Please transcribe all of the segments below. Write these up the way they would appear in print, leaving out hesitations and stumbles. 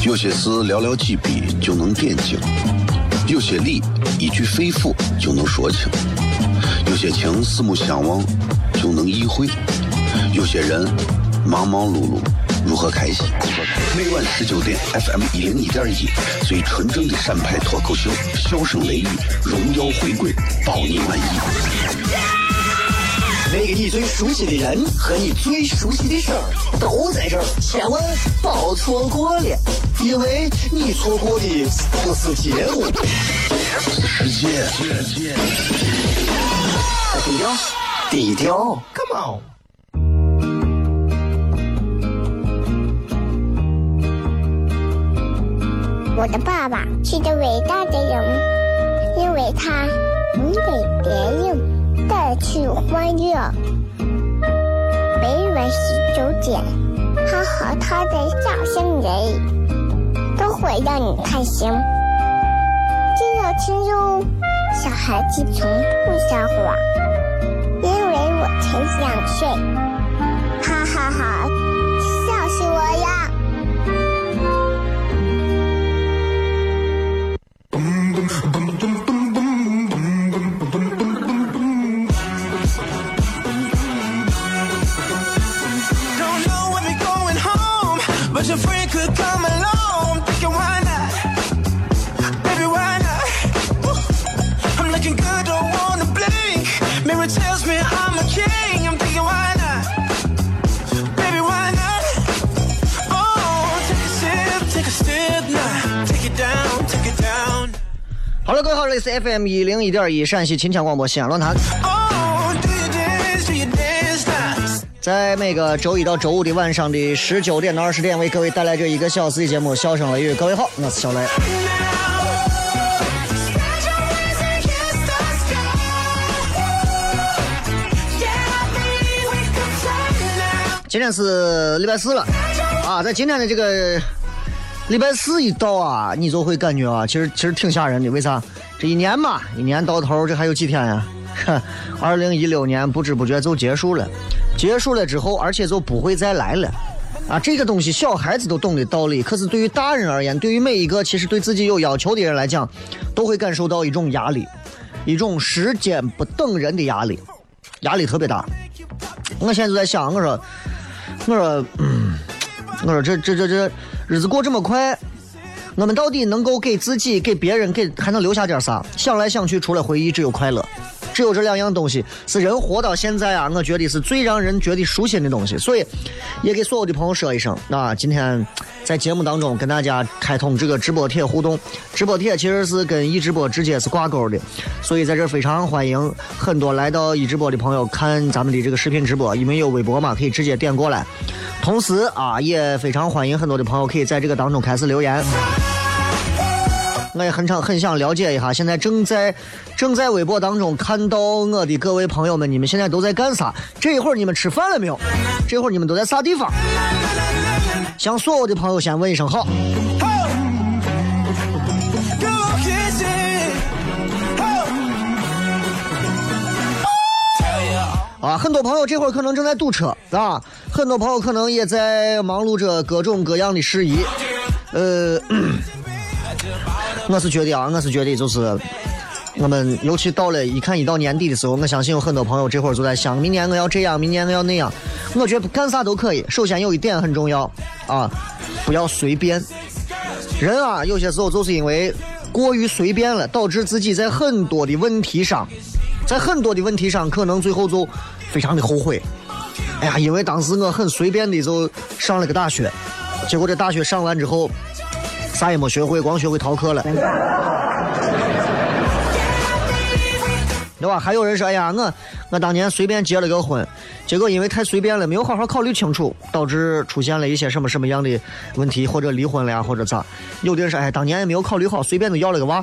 有些事寥寥几笔就能点睛，有些理一句肺腑就能说清，有些情四目相望就能意会，有些人忙忙碌碌如何开心。每晚19点 FM 101.1，最纯正的陕派脱口秀，笑声雷雨，荣耀回归，保你满意。 那个你最熟悉的人和你最熟悉的事儿都在这儿，千万别错过了，因为你错过的不是节目， 世界。 低调 ，Come on。 我的爸爸是个伟大的人，因为他能给别人带去欢乐。每晚19点，他和他的笑声人，都会让你开心。记得听哟，小孩子从不撒谎，因为我才2岁。哈哈哈，笑死我呀！ But your friend could come along, thinking why not? Baby, why not? I'm looking good, don't wanna blink. Mirror tells me I'm a king, I'm thinking why not? Baby, why not? Oh, take a step now. Take it down, take it down. 好了，各位好，这里是 FM 101.1陕西秦腔广播西安论坛。在每个周一到周五的晚上的19点到20点，为各位带来这1个小时的节目《笑声雷雨》。各位好，我是小雷。今天是礼拜4了啊，在今天的这个礼拜4一到啊，你就会感觉啊，其实挺吓人的。为啥？这一年嘛，一年到头，这还有几天呀？2016年不知不觉就结束了。结束了之后，而且就不会再来了啊！这个东西小孩子都懂的道理，可是对于大人而言，对于每一个其实对自己有要求的人来讲，都会感受到一种压力，一种时间不等人的压力，压力特别大。我现在就在想，我说这日子过这么快，我们到底能够给自己、给别人、还能留下点啥？想来想去，除了回忆，只有快乐。只有这2样东西是人活到现在啊，我觉得是最让人觉得舒心的东西。所以也给所有的朋友说一声啊，今天在节目当中跟大家开通这个直播帖互动。直播帖其实是跟一直播直接是挂钩的，所以在这非常欢迎很多来到一直播的朋友看咱们的这个视频直播，因为有微博嘛，可以直接点过来。同时啊，也非常欢迎很多的朋友可以在这个当中开始留言。我也很想了解一下，现在正在微博当中看到我的各位朋友们，你们现在都在干啥？这一会儿你们吃饭了没有？这会儿你们都在啥地方？向所有的朋友先问一声好。啊，很多朋友这会儿可能正在堵车啊，很多朋友可能也在忙碌着各种各样的事宜。我是觉得就是我们尤其一到年底的时候，我相信有很多朋友这会儿就在想，明年我要这样，明年我要那样。我觉得干啥都可以，首先有一点很重要啊，不要随便。人啊，有些时候就是因为过于随便了，导致自己在很多的问题上可能最后就非常的后悔。哎呀，因为当时我很随便的就上了个大学，结果这大学上完之后啥也没学会，光学会逃课了，对吧？还有人说，哎呀，我当年随便结了个婚，结果因为太随便了，没有好好考虑清楚，导致出现了一些什么样的问题，或者离婚了呀，或者咋？有的人说，哎，当年也没有考虑好，随便就要了个娃。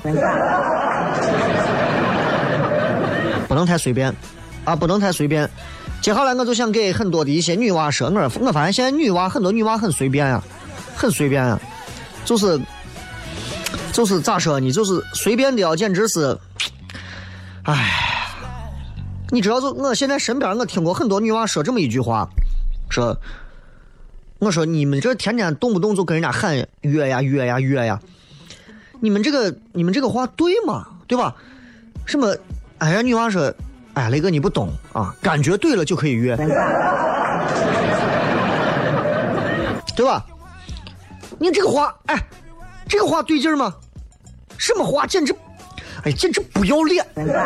不能太随便啊，不能太随便。接下来我就想给很多的一些女娃说，我发现现在很多女娃很随便啊，很随便啊。就是咋说呢？就是随便的，简直是，哎，你知道，我现在身边我听过很多女娃说这么一句话，说我说你们这天天动不动就跟人家喊约呀约呀约呀，你们这个话对吗？对吧？什么？哎呀，女娃说，哎，雷哥你不懂啊，感觉对了就可以约，对吧？你这个话，哎，这个话对劲吗？什么话？简直不要脸，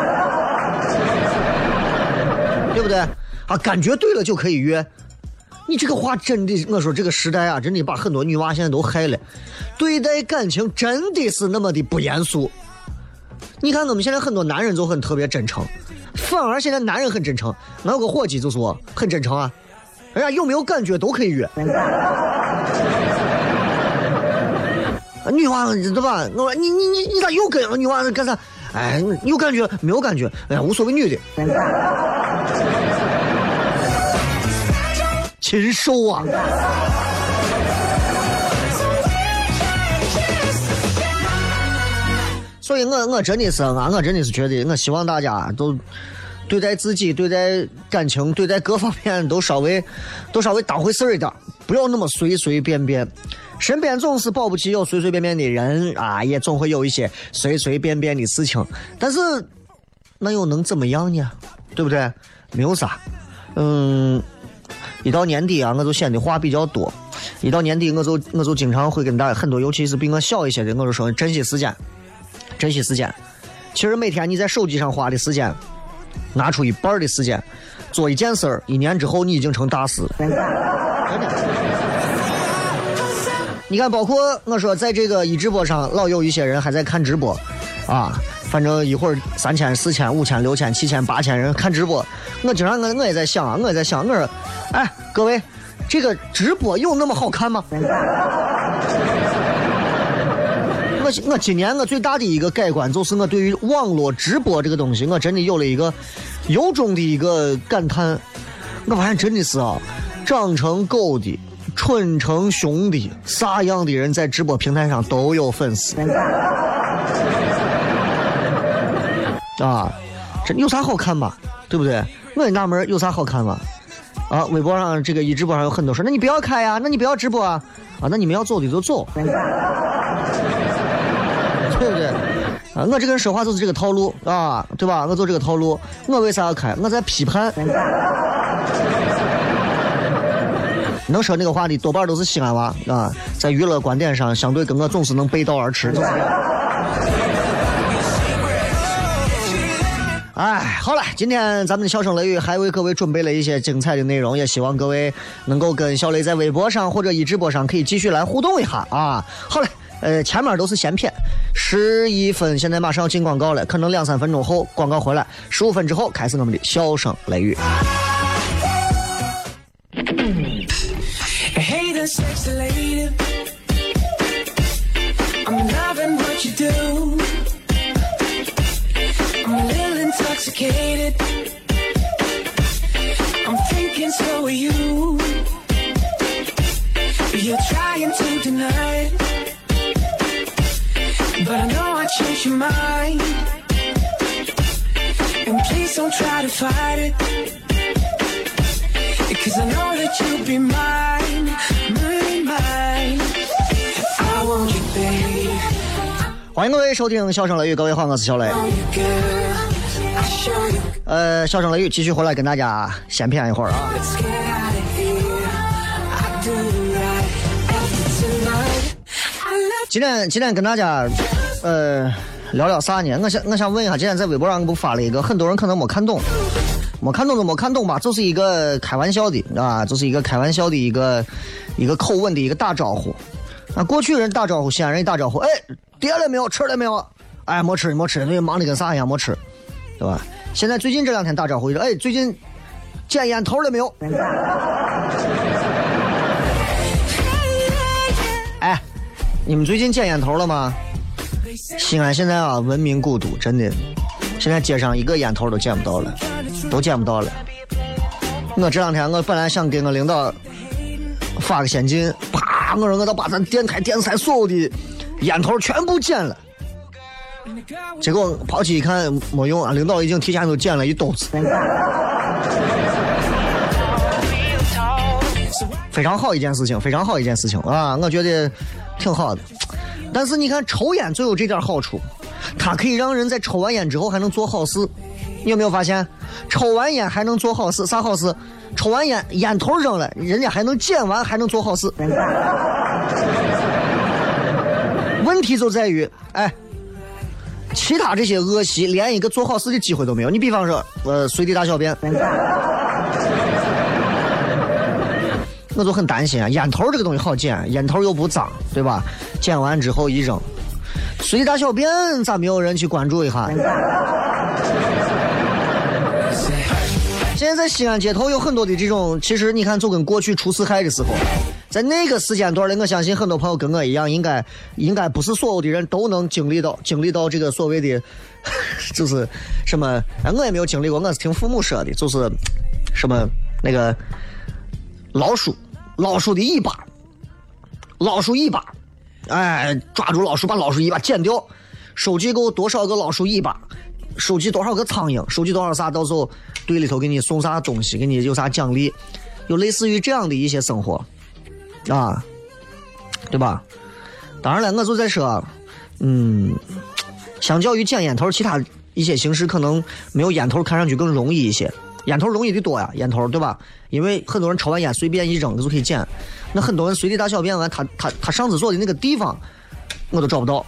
对不对？啊，感觉对了就可以约。你这个话真的，我说这个时代啊，真的把很多女娃现在都害了。对待感情真的是那么的不严肃。你看我们现在很多男人就很特别真诚，反而现在男人很真诚。我有个伙计就说很真诚啊，人家有没有感觉都可以约。女娃对吧？我说你咋又跟女娃干啥？哎，有感觉没有感觉？哎呀，无所谓女的。禽兽啊！所以我真的是觉得，我希望大家都对待自己、对待感情、对待各方面都稍微当回事一点，不要那么随随便便。身边总是保不齐有随随便便的人啊，也总会有一些随随便便的事情，但是那又能怎么样呢？对不对？没有啥。一到年底啊，我就显得话比较多。一到年底，我就经常会跟大家很多，尤其是比我小一些的，我就说珍惜时间。其实每天你在手机上花的时间，拿出一半的时间做一件事儿，1年之后你已经成大师了。真的。你看，包括我说在这个一直播上，老有一些人还在看直播啊。反正一会儿3000、4000、5000、6000、7000、8000人看直播，我经常我也在想啊，我说，哎，各位，这个直播有那么好看吗？我今年我最大的一个改观，就是我对于网络直播这个东西，我真的有了一个由衷的一个感叹。我发现真的是啊，长成狗的、蠢成熊的，啥样的人在直播平台上都有粉丝。啊，这有啥好看吧？对不对？我也纳闷有啥好看吧？啊，微博上这个一直播上有很多说，那你不要开呀，那你不要直播啊，那你们要走的就走，对不对？啊，我这个人说话就是这个套路啊，对吧？我做这个套路，我为啥要开？我在批判。能说那个话的多半都是西安娃啊，在娱乐观点上相对跟我总是能背道而驰，就是这样。哎，好了，今天咱们的笑声雷雨还为各位准备了一些精彩的内容，也希望各位能够跟小雷在微博上或者一直播上可以继续来互动一下啊。好了，前面都是闲片，11分现在马上要进广告了，可能2-3分钟后广告回来，15分之后开始我们的笑声雷雨。Hey there, sexy lady, I'm loving what you do. I'm a little intoxicated. I'm thinking so are you. You're trying to deny it, but I know I changed your mind. And please don't try to fight it, because I know that you'll be mine, mine. I want you, babe. 欢迎各位收听笑声雷雨，各位好，我是小雷。笑声雷雨继续回来跟大家闲谝一会儿啊。今天跟大家聊聊啥呢？我想问一下，今天在微博上不发了一个，很多人可能没看懂就没看懂吧，就是一个开玩笑的啊，就是一个开玩笑的一个口吻的一个打招呼。啊，过去人打招呼，西安人打招呼，哎，跌了没有？吃了没有？哎，没吃，因为忙的跟啥一样，没吃，对吧？现在最近这2天打招呼，哎，最近捡烟头了没有？哎，你们最近捡烟头了吗？西安现在啊，文明古都，真的，现在街上一个烟头都捡不到了。我这2天我本来想给我领导发个现金，啪，我说我都把咱电台所有的烟头全部捡了，结果跑去一看没用啊，领导已经提前都捡了一兜子。 非常好一件事情，非常好一件事情啊，我觉得挺好的。但是你看抽烟就有这点好处，它可以让人在抽完烟之后还能做好事。你有没有发现抽完烟还能做好事？啥好事？抽完烟烟头扔了，人家还能捡完，还能做好事。问题就在于其他这些恶习连一个做好事的机会都没有。你比方说随地大小便，我就很担心啊，烟头这个东西好捡，烟头又不脏，对吧？捡完之后一扔，随地大小便咋没有人去关注一下？现在在西安街头有很多的这种，其实你看就跟过去除四害的时候，在那个时间段里，我相信很多朋友跟我一样，应该不是所有的人都能经历到这个所谓的就是什么，我也没有经历过，我是听父母说的，就是什么那个老鼠的尾巴，抓住老鼠，把老鼠尾巴剪掉，收集够多少个老鼠尾巴，收集多少个苍蝇，收集多少啥，到时候队里头给你送啥东西，给你有啥奖励，有类似于这样的一些生活啊，对吧？当然了，我就在说相较于捡烟头，其他一些形式可能没有烟头看上去更容易一些。烟头容易的多呀，烟头对吧？因为很多人抽完烟随便一扔就可以捡，那很多人随地大小便完，他上厕所的那个地方我都找不到。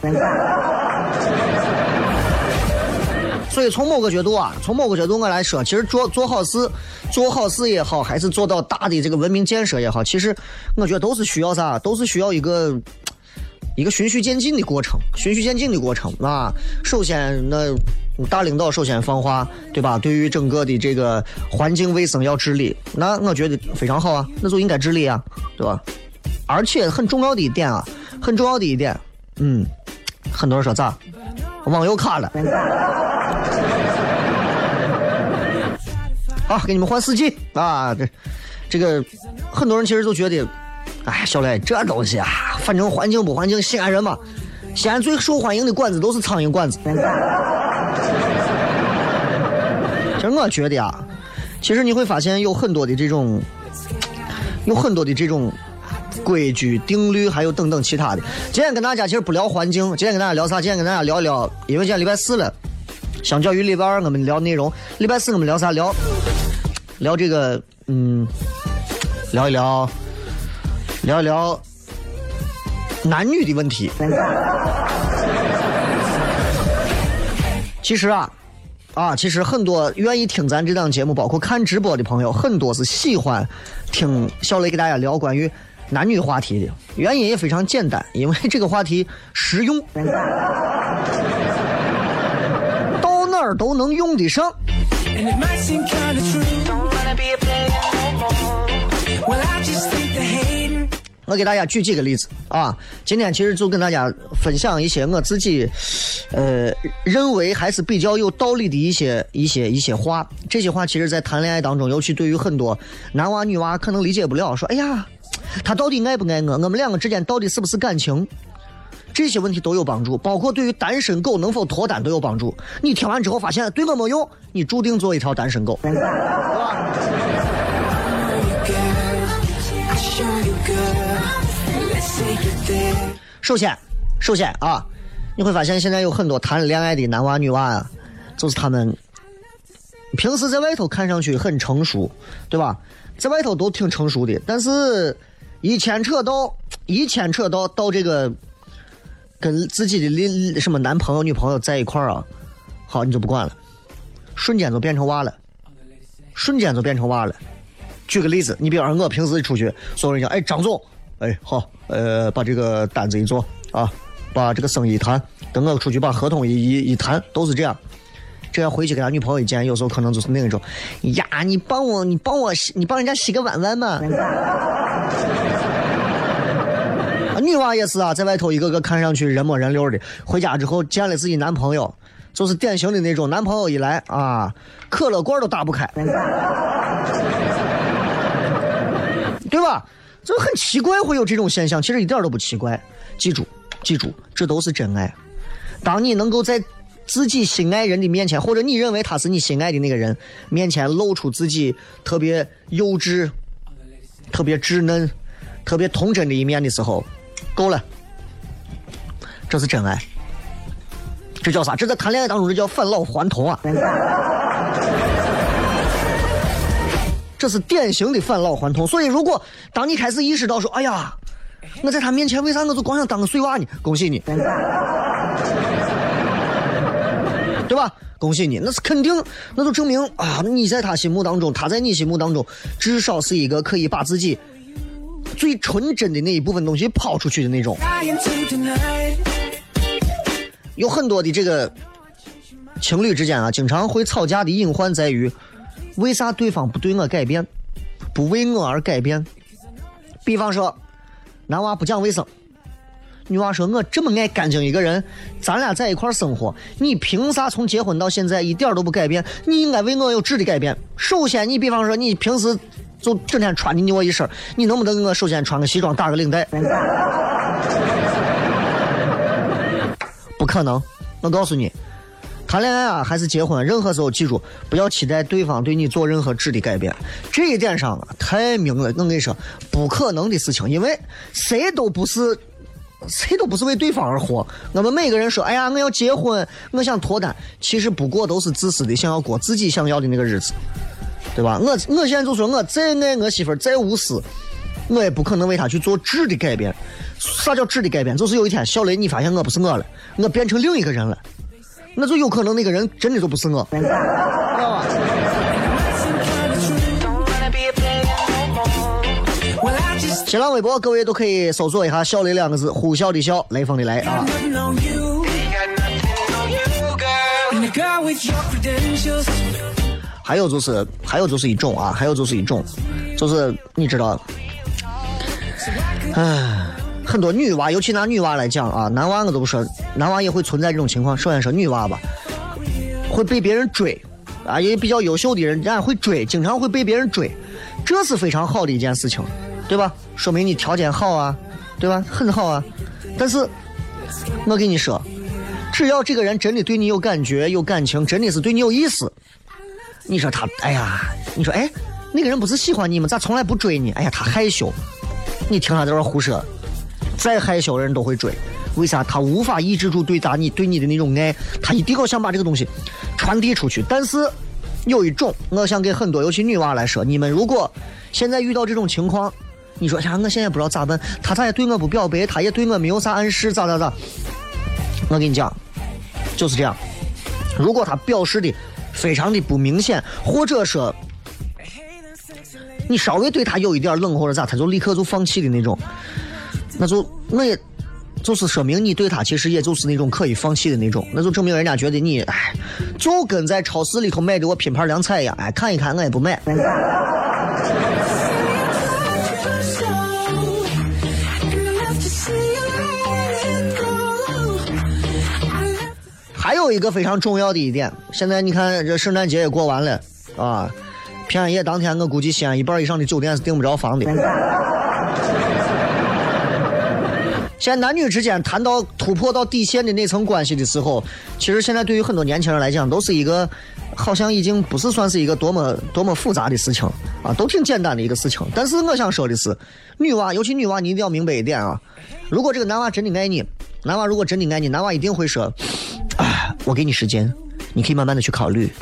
所以从某个角度我来说，其实做好事也好，还是做到大的这个文明建设也好，其实我觉得都是需要啥，都是需要一个循序渐进的过程啊。首先那大领导首先放话，对吧？对于整个的这个环境卫生要治理，那我觉得非常好啊，那就应该治理啊，对吧？而且很重要的一点，很多人说咋网又卡了啊，给你们换4G啊，这个很多人其实都觉得，小磊这东西啊，反正环境不环境，西安人嘛，西安最受欢迎的馆子都是苍蝇馆子。其实我觉得其实你会发现有很多的这种规矩定律，还有等等其他的。今天跟大家其实不聊环境，今天跟大家聊啥？今天跟大家聊聊，因为今天礼拜4了，相较于礼拜2我们聊内容，礼拜4我们聊啥？聊这个聊一聊男女的问题。其实很多愿意听咱这档节目，包括看直播的朋友，很多是喜欢听小雷给大家聊关于男女话题的，原因也非常简单，因为这个话题实用，到哪儿都能用得上。我给大家举几个例子啊，今天其实就跟大家分享一些我自己认为还是比较有道理的一些话。这些话其实在谈恋爱当中，尤其对于很多男娃女娃可能理解不了，说哎呀他到底爱不爱我，我们两个之间到底是不是感情，这些问题都有帮助，包括对于单身狗能否脱单都有帮助。你听完之后发现对我没用，你注定做一条单身狗，对吧？首先啊，你会发现现在有很多谈恋爱的男娃女娃啊，就是他们平时在外头看上去很成熟，对吧？在外头都挺成熟的，但是一牵扯到这个跟自己的什么男朋友女朋友在一块儿啊，好，你就不管了，瞬间就变成娃了。举个例子，你比方说我平时出去，所有人讲，哎，张总，哎，好，把这个单子一做啊，把这个生意一谈，等我出去把合同一谈，都是这样。这样回去给他女朋友一见，有时候可能就是那种，呀，你帮人家洗个碗嘛。女娃也是啊，在外头一个个看上去人模人溜的，回家之后见了自己男朋友，就是典型的那种，男朋友一来啊，可乐罐都打不开，对吧？这很奇怪，会有这种现象，其实一点都不奇怪。记住，这都是真爱。当你能够在自己心爱人的面前，或者你认为他是你心爱的那个人面前，露出自己特别幼稚、 特别稚嫩、特别童真的一面的时候，够了，这是真爱。这叫啥？这在谈恋爱当中，这叫返老还童啊！这是典型的返老还童。所以，如果当你开始意识到说，哎呀，我在他面前为啥我就光想当个碎娃呢？恭喜你，对吧？恭喜你，那是肯定，那就证明啊，你在他心目当中，他在你心目当中，至少是一个可以把自己最纯真的那一部分东西抛出去的那种。有很多的这个情侣之间啊，经常会吵架的隐患在于，为啥对方不对我改变，不为我而改变？比方说，男娃不讲卫生，女娃说我这么爱干净一个人，咱俩在一块生活，你凭啥从结婚到现在一点都不改变？你应该为我有质的改变。首先，你比方说你平时就整天穿的你我一身，你能不能给我首先穿个西装打个领带？不可能。我告诉你，谈恋爱啊还是结婚，任何时候记住不要期待对方对你做任何质的改变。这一点上啊太明了，我跟你说不可能的事情，因为谁都不是为对方而活。我们每个人说哎呀我要结婚，我想脱单，其实不过都是自私的想要过自己想要的那个日子，对吧？我现在就说我再爱我媳妇再无私，我也不可能为她去做质的改变。啥叫质的改变？就是有一天小雷你发现我不是我了，我变成另一个人了，那就有可能那个人真的就不是我，知道吧？新浪微博各位都可以搜索一下小雷两个字，呼啸的啸，雷锋的雷啊。还有就是一种啊，就是你知道，很多女娃，尤其拿女娃来讲啊，男娃我都不说，男娃也会存在这种情况。首先说女娃吧，会被别人追啊，因为比较优秀的人家会追，经常会被别人追，这是非常好的一件事情，对吧？说明你条件好啊，对吧？很好啊。但是我跟你说，只要这个人真的对你有感觉、有感情，真的是对你有意思，你说他，哎呀，你说哎，那个人不是喜欢你吗？咋从来不追你？哎呀，他害羞。你听他在这胡说，再害羞的人都会追，为啥？他无法抑制住对你的那种爱，他一定要想把这个东西传递出去。但是有一种，我想给很多尤其女娃来说，你们如果现在遇到这种情况，你说呀，我现在不知道咋办，他也对我不表白，他也对我没有啥暗示，咋，我跟你讲，就是这样。如果他表示的非常的不明显，或者说你稍微对他有一点冷或者咋，他就立刻就放弃的那种，那也就是说明你对他其实也就是那种可以放弃的那种，那就证明人家觉得你哎，就跟在超市里头买的我品牌凉菜一样，哎，看一看我也不买。还有一个非常重要的一点，现在你看这圣诞节也过完了啊，平安夜当天我估计西安一半以上的酒店是订不着房的。现在男女之间谈到突破到底线的那层关系的时候，其实现在对于很多年轻人来讲都是一个好像已经不是算是一个多么复杂的事情啊，都挺简单的一个事情。但是我想说的是，女娃尤其女娃你一定要明白一点啊，如果这个男娃真的爱你，男娃如果真的爱你，男娃一定会说我给你时间，你可以慢慢的去考虑，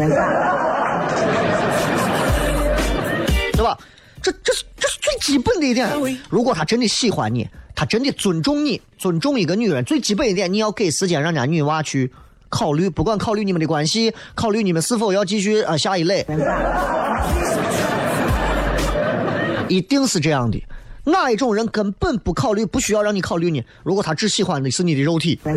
对吧？这是最基本的一点。如果他真的喜欢你，他真的尊重你，尊重一个女人，最基本一点，你要给时间让人家女娃去考虑，不管考虑你们的关系，考虑你们是否要继续下一类，一定是这样的。哪一种人根本不考虑，不需要让你考虑你？如果他只喜欢的是你的肉体，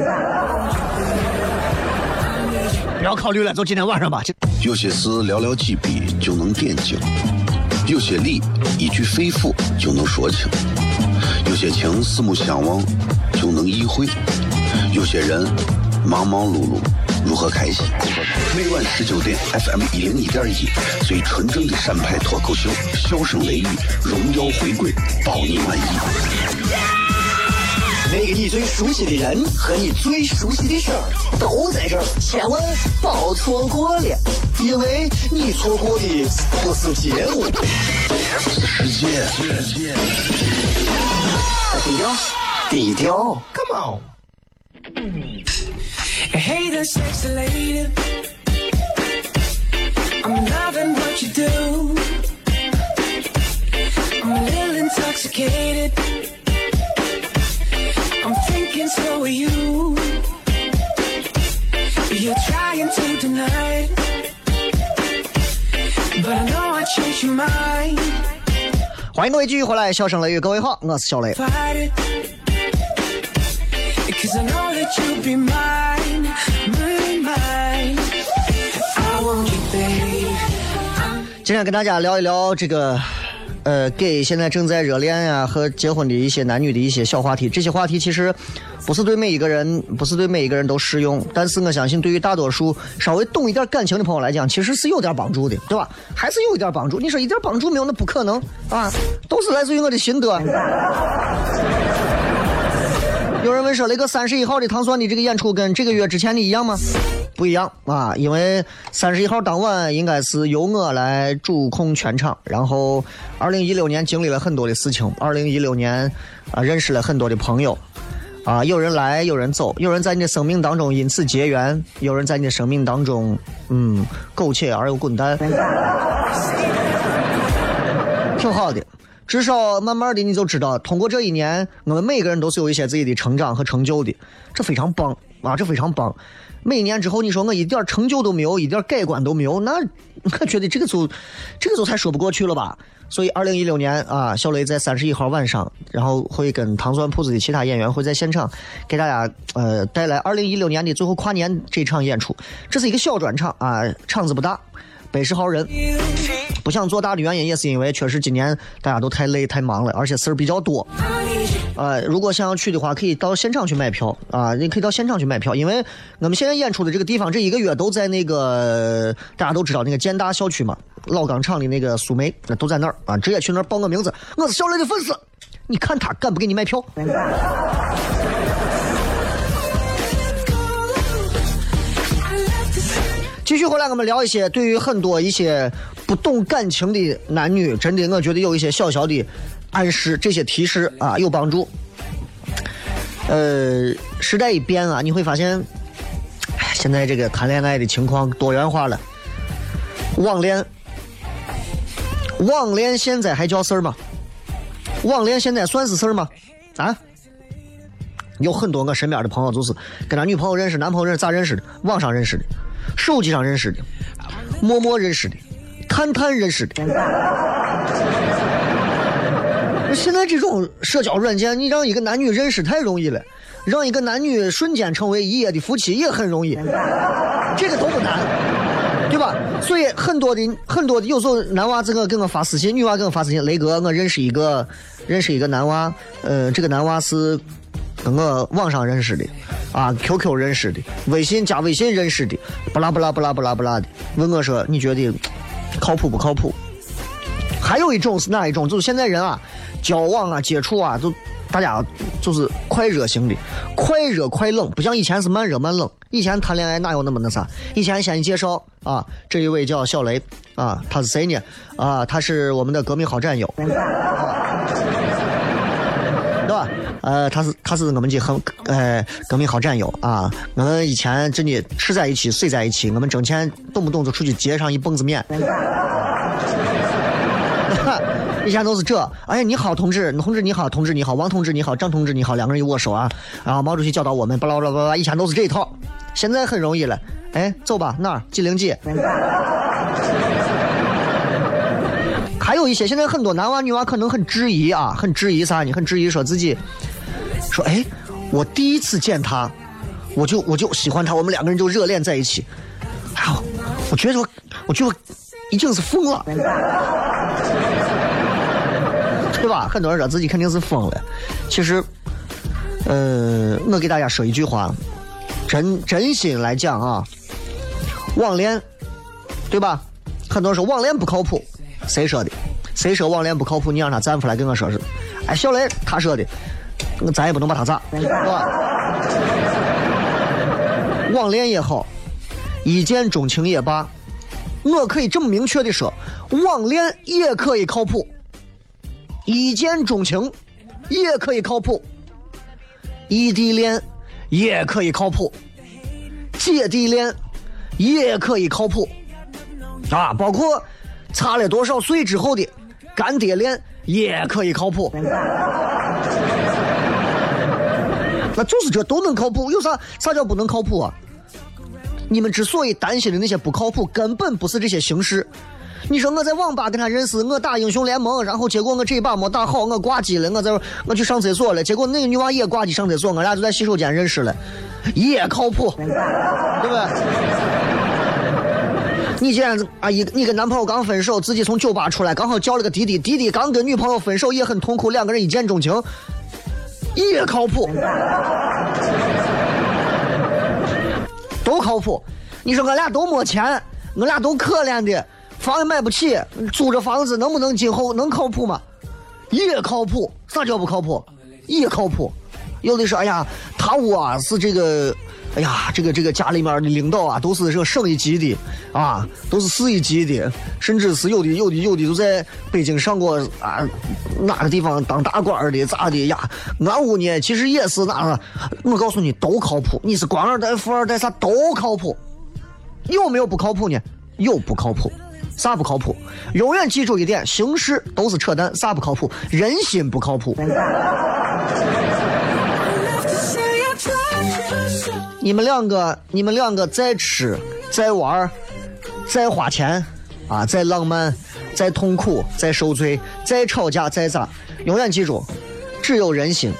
不要考虑了，就今天晚上吧。 有些事寥寥几笔就能点睛，有些理一句肺腑就能说清，有些情四目相望就能意会，有些人忙忙碌碌如何开心？每晚19点 FM 101.1，最纯正的陕派脱口秀，笑声雷雨，荣耀回归，保你满意。 那个你最熟悉的人和你最熟悉的事儿都在这儿，千万别错过了，因为你错过的不是节目， 是世界。 低调 Come on. Hey there, sexy lady. I'm loving what you do. I'm a little intoxicated. I'm thinking so are you. You're trying to deny it, but I know I changed your mind. 欢迎各位继续回来，笑声雷雨，各位好，我是小雷。今天跟大家聊一聊这个给现在正在热恋啊和结婚的一些男女的一些小话题。这些话题其实不是对每一个人都适用，但是我相信对于大多数稍微懂一点感情的朋友来讲，其实是有点帮助的，对吧？还是有一点帮助。你说一点帮助没有，那不可能啊，都是来自于我的心得。有人问说，雷哥31号的糖酸的这个演出跟这个月之前的一样吗？不一样啊，因为31号当晚应该是由我来主控全场，然后2016年经历了很多的事情，2016年认识了很多的朋友啊，有人来有人走，有人在你的生命当中因此结缘，有人在你的生命当中苟且而又滚蛋，挺好的。至少慢慢的你就知道，通过这一年我们每个人都是有一些自己的成长和成就的，这非常棒啊，这非常棒。每年之后你说我一点成就都没有，一点改观都没有，那我觉得这个就太说不过去了吧。所以2016年啊，小雷在31号晚上，然后会跟糖酸铺子的其他演员会在现场给大家带来2016年的最后跨年这场演出。这是一个小专场啊，场子不大，110号人。不想做大的原因也是因为确实今年大家都太累太忙了，而且事儿比较多。如果想要去的话，可以到现场去买票啊！你可以到现场去买票，因为我们现在演出的这个地方，这一个月都在那个大家都知道那个建大校区嘛，老钢厂的那个苏梅都在那儿啊，直接去那儿报个名字，我是小雷的粉丝，你看他敢不给你买票？继续回来，我们聊一些对于很多一些不懂感情的男女，真的我觉得有一些小小的暗示，这些提示啊有帮助。时代一变啊，你会发现，现在这个谈恋爱的情况多元化了。网恋现在还叫事儿吗？网恋现在算是事儿吗？啊？有很多我身边的朋友就是跟他女朋友认识，男朋友认识，咋认识的？网上认识的。手机上认识的，陌陌认识的，探探认识的。现在这种社交软件，你让一个男女认识太容易了，让一个男女瞬间成为一夜的夫妻也很容易，这个都不难，对吧？所以很多的有时候男娃给我发私信，女娃给我发私信，雷哥，我认识一个男娃，这个男娃是跟我网上认识的啊 ，QQ 认识的，加微信认识的，不拉的，问我说你觉得靠谱不靠谱？还有一种是哪一种？就是现在人啊，交往啊，接触啊，都大家就是快热型的，快热快冷，不像以前是慢热慢冷。以前谈恋爱哪有那么那啥？以前先介绍啊，这一位叫小雷啊，他是谁呢？啊，他是我们的革命好战友。对吧？他是我们的革命好战友啊！我们以前真的吃在一起睡在一起，我们挣钱动不动就出去街上一蹦子面。以前都是这，哎，你好，同志你好，同志你好，王同志你好，张同志你好，两个人一握手啊，然后毛主席教导我们，巴拉巴拉巴拉，以前都是这一套。现在很容易了，哎，走吧，那儿几零几。还有一些现在很多男娃女娃可能很质疑啊，很质疑啥？你很质疑说自己说，哎，我第一次见他，我就喜欢他，我们两个人就热恋在一起。哎呦，我觉得已经是疯了，对吧？很多人说自己肯定是疯了。其实，我给大家说一句话，真心来讲啊，网恋，对吧？很多人说网恋不靠谱。谁说的？谁说网恋不靠谱？你让他站出来跟我说是。哎，小雷他说的， 咱也不能把他咋，是吧？网恋也好，一见钟情也罢，我可以这么明确的说，网恋也可以靠谱，一见钟情也可以靠谱，异地恋也可以靠谱，姐弟恋也可以靠谱啊，包括差了多少岁之后的干爹恋也可以靠谱。那就是这都能靠谱，有啥叫不能靠谱啊？你们之所以担心的那些不靠谱，根本不是这些形式。你说我在网吧跟他认识，我打英雄联盟，然后结果我这一把没打好，我挂机了，我去上厕所了，结果那个女娃也挂机上厕所，我俩就在洗手间认识了，也靠谱，对不对？你既然你跟男朋友刚分手，自己从酒吧出来，刚好叫了个滴滴，滴滴刚跟女朋友分手也很痛苦，两个人一见钟情，也靠谱，都靠谱。你说我俩都没钱，我俩都可怜的，房也买不起，租着房子能不能今后能靠谱吗？也靠谱。啥叫不靠谱？也靠谱。有的说，哎呀，他我是这个，哎呀，这个家里面的领导啊，都是这个省一级的啊，都是市一级的，甚至是有的都在北京上过啊哪个地方当大官的咋的呀？俺屋呢，其实也是那个，我告诉你都靠谱，你是官二代、富二代啥都靠谱，有没有不靠谱呢？有不靠谱。啥不靠谱？永远记住一点，形式都是扯淡。啥不靠谱？人心不靠谱。你们两个再吃再玩再花钱啊，再浪漫再痛苦再受罪再吵架再咋，永远记住，只有人心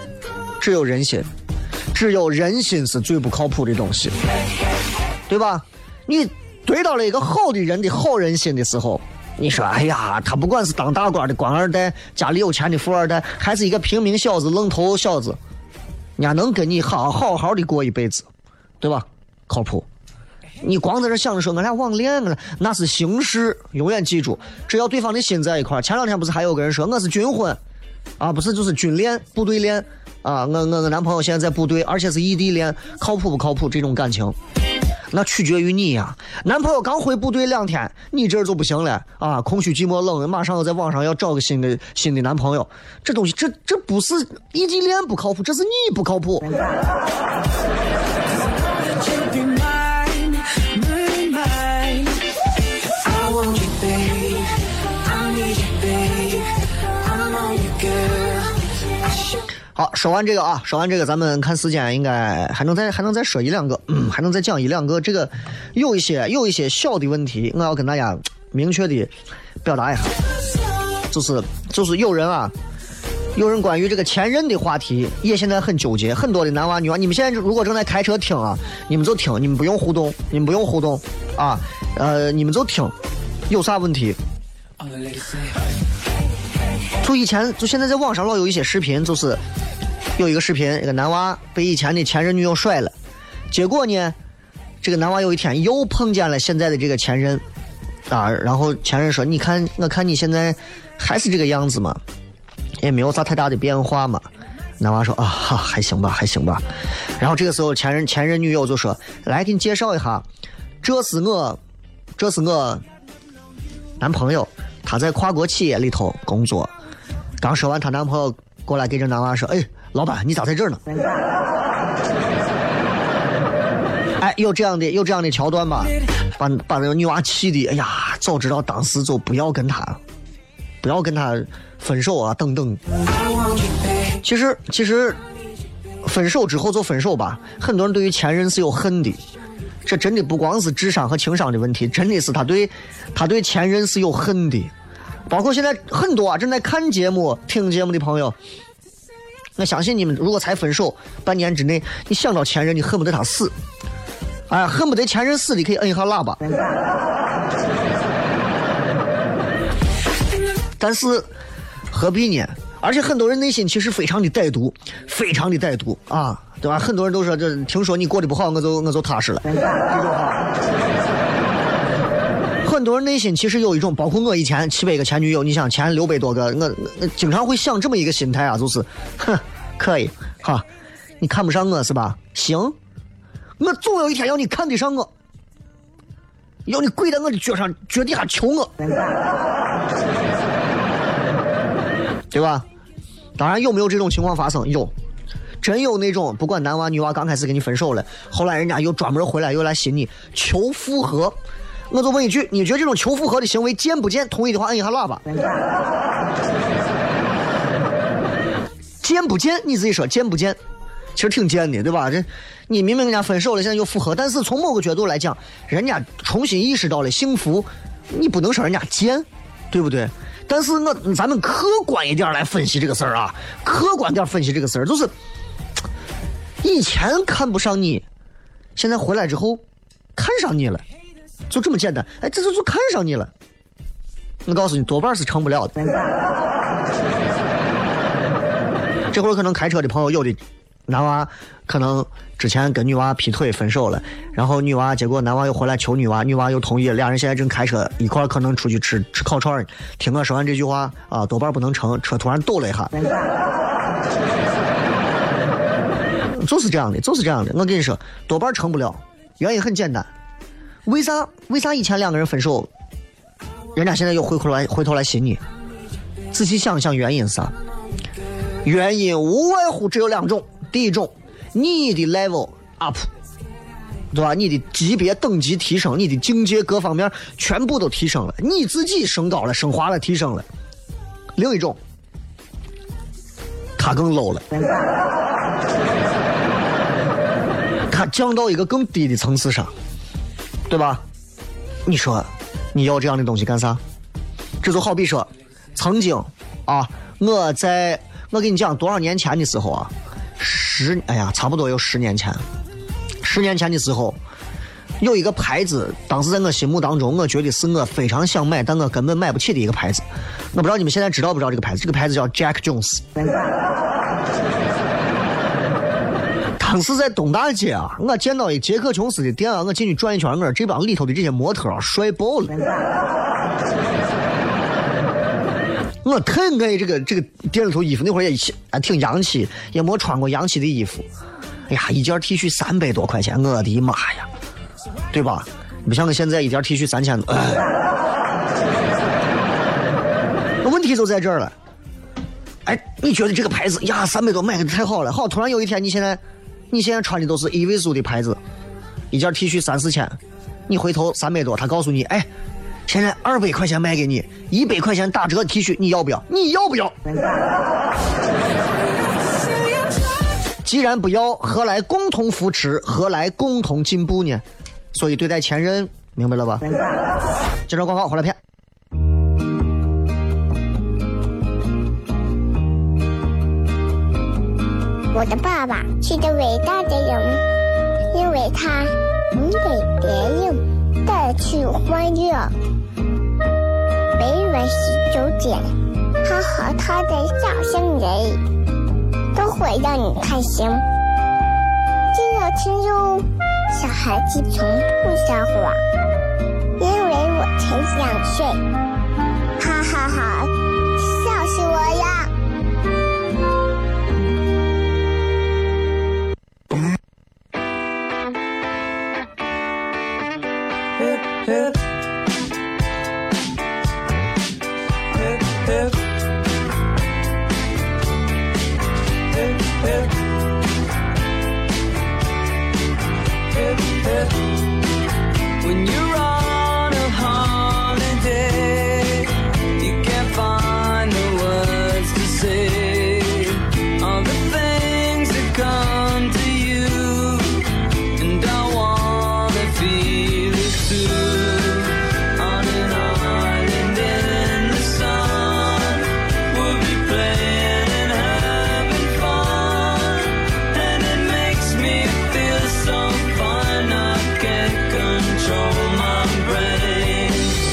是最不靠谱的东西，对吧？你对到了一个好的人的好人心的时候，你说哎呀，他不管是当大官的官二代，家里有钱的富二代，还是一个平民小子愣头小子，人家能跟你好好的过一辈子，对吧？靠谱。你光在这想着说我俩网恋了，那是形式。永远记住，只要对方的心在一块。前两天不是还有个人说我是军婚啊，不是就是军恋部队恋啊，我男朋友现在在部队，而且是异地恋，靠谱不靠谱？这种感情那取决于你呀。男朋友刚回部队2天，你这就不行了啊，空虚寂寞冷，马上要在网上要找个新的男朋友，这东西这不是异地恋不靠谱，这是你不靠谱。好，说完这个咱们看时间应该还能再说一两个，还能再讲一两个。这个有一些小的问题，我要跟大家明确的表达一下，就是有人关于这个前任的话题也现在很纠结，很多的男娃女娃，你们现在如果正在开车听啊，你们就听，你们不用互动啊，你们就听，有啥问题？就现在在网上老有一些视频，就是有一个视频，一个男娃被以前的前任女友甩了，结果呢，这个男娃有一天又碰见了现在的这个前任啊，然后前任说：“我看你现在还是这个样子嘛，也没有啥太大的变化嘛。”男娃说：“啊，还行吧。”然后这个时候前任女友就说：“来，给你介绍一下，这是我男朋友，他在跨国企业里头工作。”刚说完，她男朋友过来给这男娃说：“哎，老板，你咋在这儿呢？”哎，有这样的桥段吧，把那个女娃气的，哎呀，早知道当时就不要跟他分手啊，等等。其实分手之后就分手吧，很多人对于前任是有恨的，这真的不光是智商和情商的问题，真的是他对前任是有恨的。包括现在很多正在看节目听节目的朋友，我相信你们如果才分手半年之内，你想到前任你恨不得他死，哎，恨不得前任死，你可以摁一下喇叭。但是何必呢？而且很多人内心其实非常的歹毒啊，对吧？很多人都说这听说你过得不好，我就踏实了。这种话，很多人内心其实有一种，包括我以前700个前女友，你想前600多个，我经常会想这么一个心态啊，就是，哼， 可以哈，你看不上我是吧？行，我总有一天要你看得上我，要你跪在我的脚底下求我，对吧？当然有没有这种情况发生？有，真有那种不管男娃女娃刚开始跟你分手了，后来人家又专门回来又来寻你求复合。我就问一句，你觉得这种求复合的行为贱不贱？同意的话按一下喇叭。贱不贱？你自己说贱不贱？其实挺贱的，对吧？这你明明跟人家分手了，现在又复合，但是从某个角度来讲，人家重新意识到了幸福，你不能说人家贱，对不对？但是咱们客观一点来分析这个事儿啊，客观点分析这个事儿，就是以前看不上你，现在回来之后看上你了，就这么简单。哎，这就看上你了。我告诉你，多半是成不了的。这会儿可能开车的朋友有的男娃可能之前跟女娃劈腿分手了，然后女娃结果男娃又回来求女娃，女娃又同意了，俩人现在正开车一块可能出去吃烤串。听我说完这句话啊，多半不能成，车突然抖了一下。就是这样的，就是这样的。我跟你说，多半成不了，原因很简单。为啥以前两个人分手，人家现在又回头来寻你？仔细想想原因是啥？原因无外乎只有两种。第一种，你的 level up， 对吧？你的级别等级提升，你的境界各方面全部都提升了，你自己升高了、升华了、提升了。另一种，他更 low 了，他降到一个更低的层次上，对吧？你说你要这样的东西干啥？这就好比说，曾经啊，我跟你讲多少年前的时候啊，差不多有10年前。10年前的时候，有一个牌子，当时在我心目当中，我觉得是我非常想买，但我根本买不起的一个牌子。我不知道你们现在知道不知道这个牌子？这个牌子叫 Jack Jones。当时在东大街啊，我见到一杰克琼斯的店啊，我进去转一圈，我说这帮里头的这些模特啊，帅爆了。我太爱这个店里头衣服，那会儿也挺洋气，也没穿过洋气的衣服。哎呀，一件 T 恤300多块钱，我的妈呀，对吧？不像我现在一件 T 恤3000多。问题就在这儿了。哎，你觉得这个牌子呀300多买的太好了，好，突然有一天你现在穿的都是1位数的牌子，一件 T 恤3、4千，你回头300多，他告诉你，哎。现在200块钱卖给你，100块钱打折 T 恤，你要不要？你要不要？既然不要，何来共同扶持？何来共同进步呢？所以对待前任，明白了吧？接着广告，回来片。 我的爸爸是个伟大的人，因为他能给别人带去欢乐。每晚19点，他和他的笑声人都会让你开心。记得听哟，小孩子从不撒谎，因为我才2岁。哈哈哈，笑死我呀！ When you're on a holiday, you can't find the words to say all the things that come to you, and I wanna feel it too. On an island in the sun, we'll be playing and having fun, and it makes me feel so fine I can't control my brain.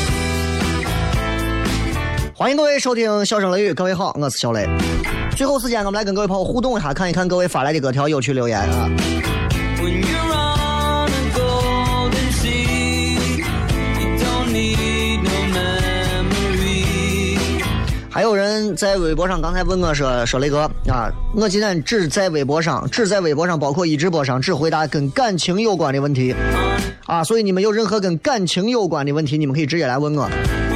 欢迎各位收听笑声雷雨，各位好，我是小雷。最后时间我们来跟各位朋友互动一下，看一看各位发来的各条有趣留言啊。 When you're on a golden sea, you don't need no memory. 还有人在微博上刚才问我说雷哥啊，我今天只在微博上，包括一直播上，只回答跟感情有关的问题啊，所以你们有任何跟感情有关的问题，你们可以直接来问我。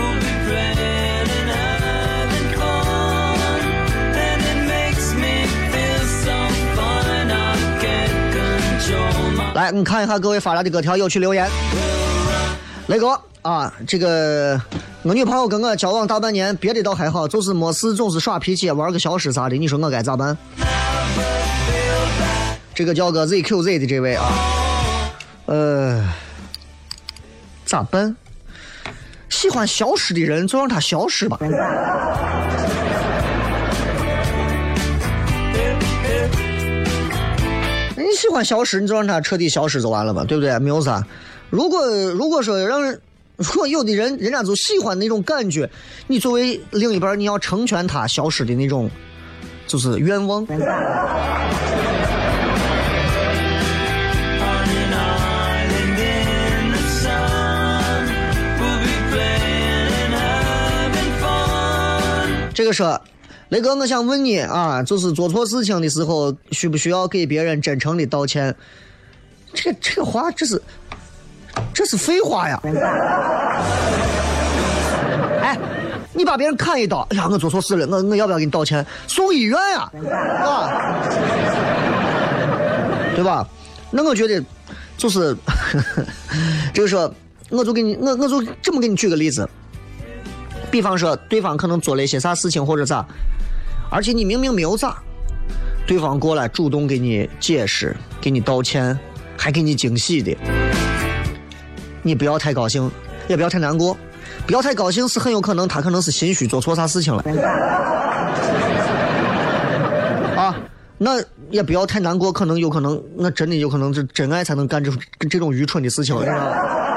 来，你看一下各位发来的各条有趣留言。雷哥啊，这个我女朋友跟我交往大半年，别的倒还好，就是没事总是耍脾气，玩个小时啥的，你说我该咋办？这个叫个 ZQZ 的这位啊，咋办？喜欢消失的人就让他消失吧。你喜欢消失，你就让他彻底消失就完了吧，对不对？没有啥。如果说让人，如果有的人人家就喜欢那种感觉，你作为另一半，你要成全他消失的那种，就是愿望。这个说，雷哥，我想问你啊，就是做错事情的时候，需不需要给别人真诚的道歉？这个话，这是废话呀！哎，你把别人砍一刀，哎呀，我做错事了，我要不要给你道歉？送医院呀，啊，对吧？那我觉得就是这个说，我就这么给你举个例子。比方说对方可能做了一些啥事情或者咋，而且你明明没有咋，对方过来主动给你解释，给你道歉，还给你惊喜的，你不要太高兴，也不要太难过。不要太高兴是很有可能他可能是心虚做错啥事情了啊，那也不要太难过，有可能那真的有可能是真爱才能干这种愚蠢的事情，你知道吗？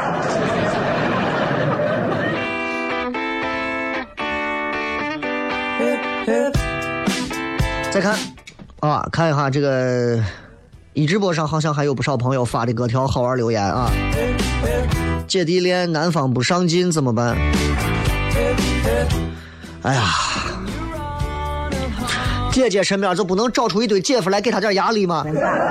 再看啊，看一下这个一直播上好像还有不少朋友发的各条好玩留言啊。姐弟恋男方不上进怎么办？哎呀，姐姐身边就不能找出一堆姐夫来给他点压力吗？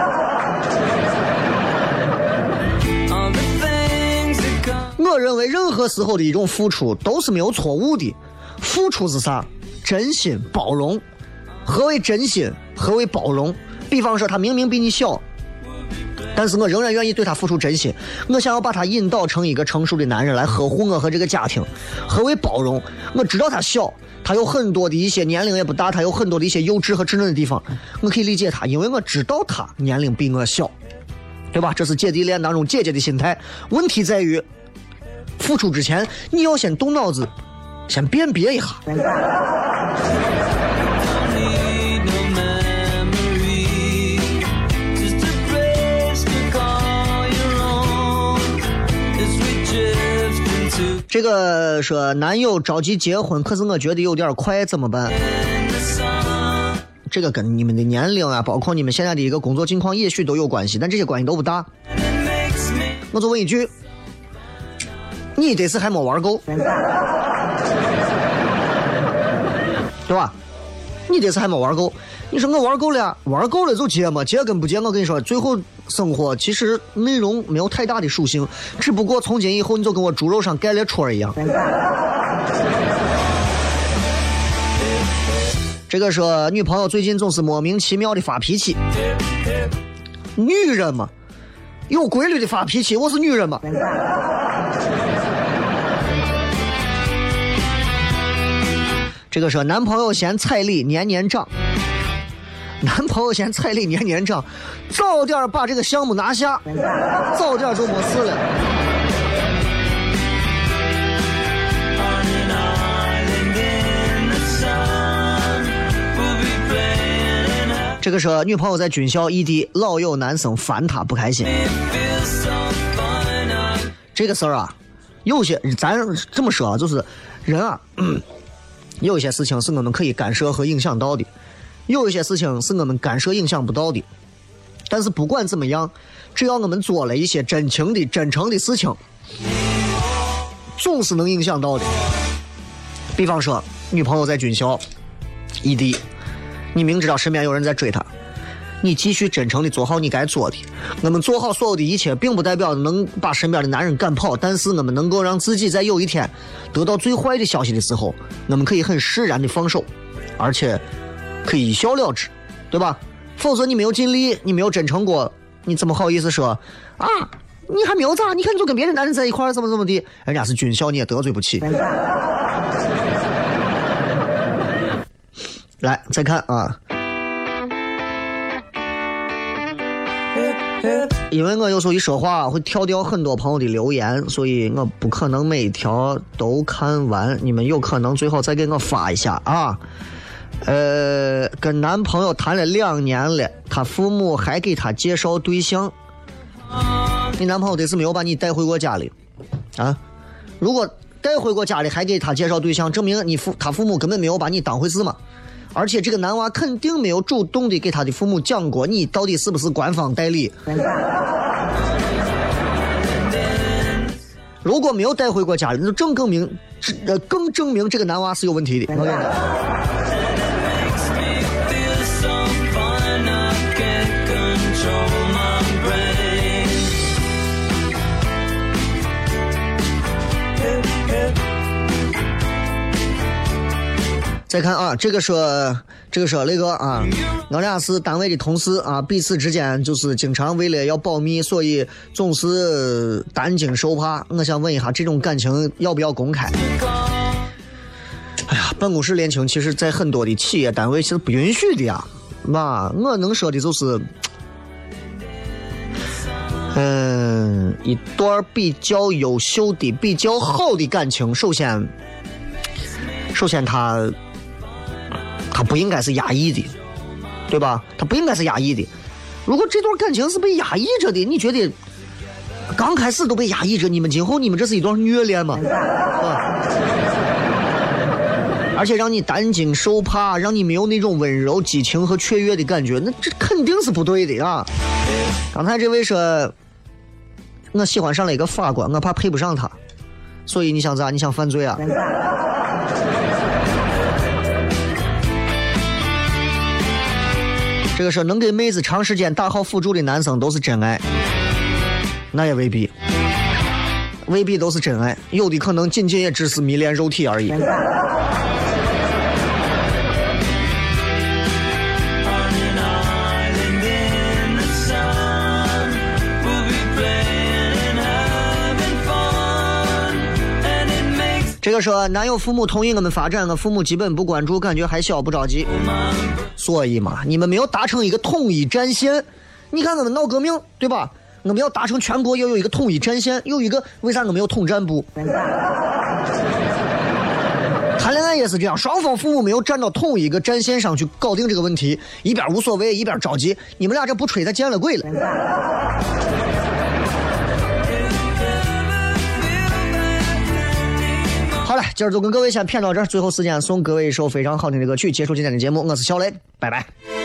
我认为任何时候的一种付出都是没有错误的，付出是啥？真心包容。何为真心？何为包容？比方说他明明比你小，但是我仍然愿意对他付出真心，我想要把他引导成一个成熟的男人来呵护我和这个家庭。何为包容？我知道他小，他有很多的一些年龄也不大，他有很多的一些幼稚和稚嫩的地方，我可以理解他，因为我知道他年龄比我小，对吧？这是姐弟恋当中姐姐的心态。问题在于付出之前你要先动脑子，先辨别一下。这个说男友着急结婚，可是我觉得有点快，怎么办？这个跟你们的年龄啊，包括你们现在的一个工作情况也许都有关系，但这些关系都不大。我就问一句，你这次还没玩够，对吧？你这次还没玩够，你说我玩够了，玩够了就结嘛，结跟不结，我跟你说，最后生活其实内容没有太大的属性，只不过从今以后你就跟我猪肉上盖了戳一样。这个说女朋友最近总是莫名其妙的发脾气，女人嘛，有规律的发脾气，我是女人嘛。这个说男朋友嫌彩礼年年涨，男朋友嫌彩礼年年涨，早点把这个项目拿下，早点就没事了。这个说女朋友在军校异地，老有男生烦她不开心。这个事儿啊，有些咱这么说啊，就是人啊，有一些事情是我们可以干涉和影响到的，有一些事情是我们干涉影响不到的。但是不管怎么样，只要我们做了一些真诚的事情，总是能影响到的。比方说女朋友在军校异地，你明知道身边有人在追他，你继续真诚的做好你该做的。我们做好所有的一切，并不代表能把身边的男人赶跑，但是我们能够让自己在有一天得到最坏的消息的时候，我们可以很释然的放手，而且可以一笑了之，对吧？否则你没有尽力，你没有真诚过，你怎么好意思说啊？你还没有咋？你看你就跟别的男人在一块儿，怎么地？人家是军校，你也得罪不起。来，再看啊。因为我有时候一说话会跳掉很多朋友的留言，所以我不可能每一条都看完，你们有可能最后再给我发一下啊。跟男朋友谈了2年了，他父母还给他介绍对象。你男朋友这次没有把你带回过家里啊？如果带回过家里还给他介绍对象，证明他父母根本没有把你当回事嘛。而且这个男娃肯定没有主动的给他的父母讲过你到底是不是官方代理。如果没有带回过家里，那就更证明这个男娃是有问题的。再看啊，这个说那个啊，我俩是单位的同事啊，彼此之间就是经常为了要保密，所以总是担惊受怕。我想问一下，这种感情要不要公开？哎呀，办公室恋情其实在很多的企业单位是不允许的呀。嘛，我能说的就是，一段比较优秀的、比较好的感情，首先他不应该是压抑的，对吧？他不应该是压抑的。如果这段感情是被压抑着的，你觉得刚开始都被压抑着，你们今后这是一段虐恋吗？而且让你担惊受怕，让你没有那种温柔、激情和雀跃的感觉，那这肯定是不对的啊！刚才这位说，我喜欢上了一个法官，我怕配不上他，所以你想咋？你想犯罪啊？这个是能给妹子长时间打好辅助的男生都是真爱，那也未必都是真爱，有的可能仅仅也只是迷恋肉体而已。这个说男友父母同意我们发展，我父母基本不关注，感觉还小不着急。所以嘛，你们没有达成一个统一战线。你看我们闹革命，对吧？我们要达成全国要有一个统一战线，有一个为啥我们有统战部？谈恋爱也是这样，双方父母没有站到同一个战线上去搞定这个问题，一边无所谓一边着急，你们俩这不吹他见了鬼了。好了，今儿就跟各位先谝到这儿，最后时间送各位一首非常好听的歌曲，结束今天的节目。我是小雷，拜拜。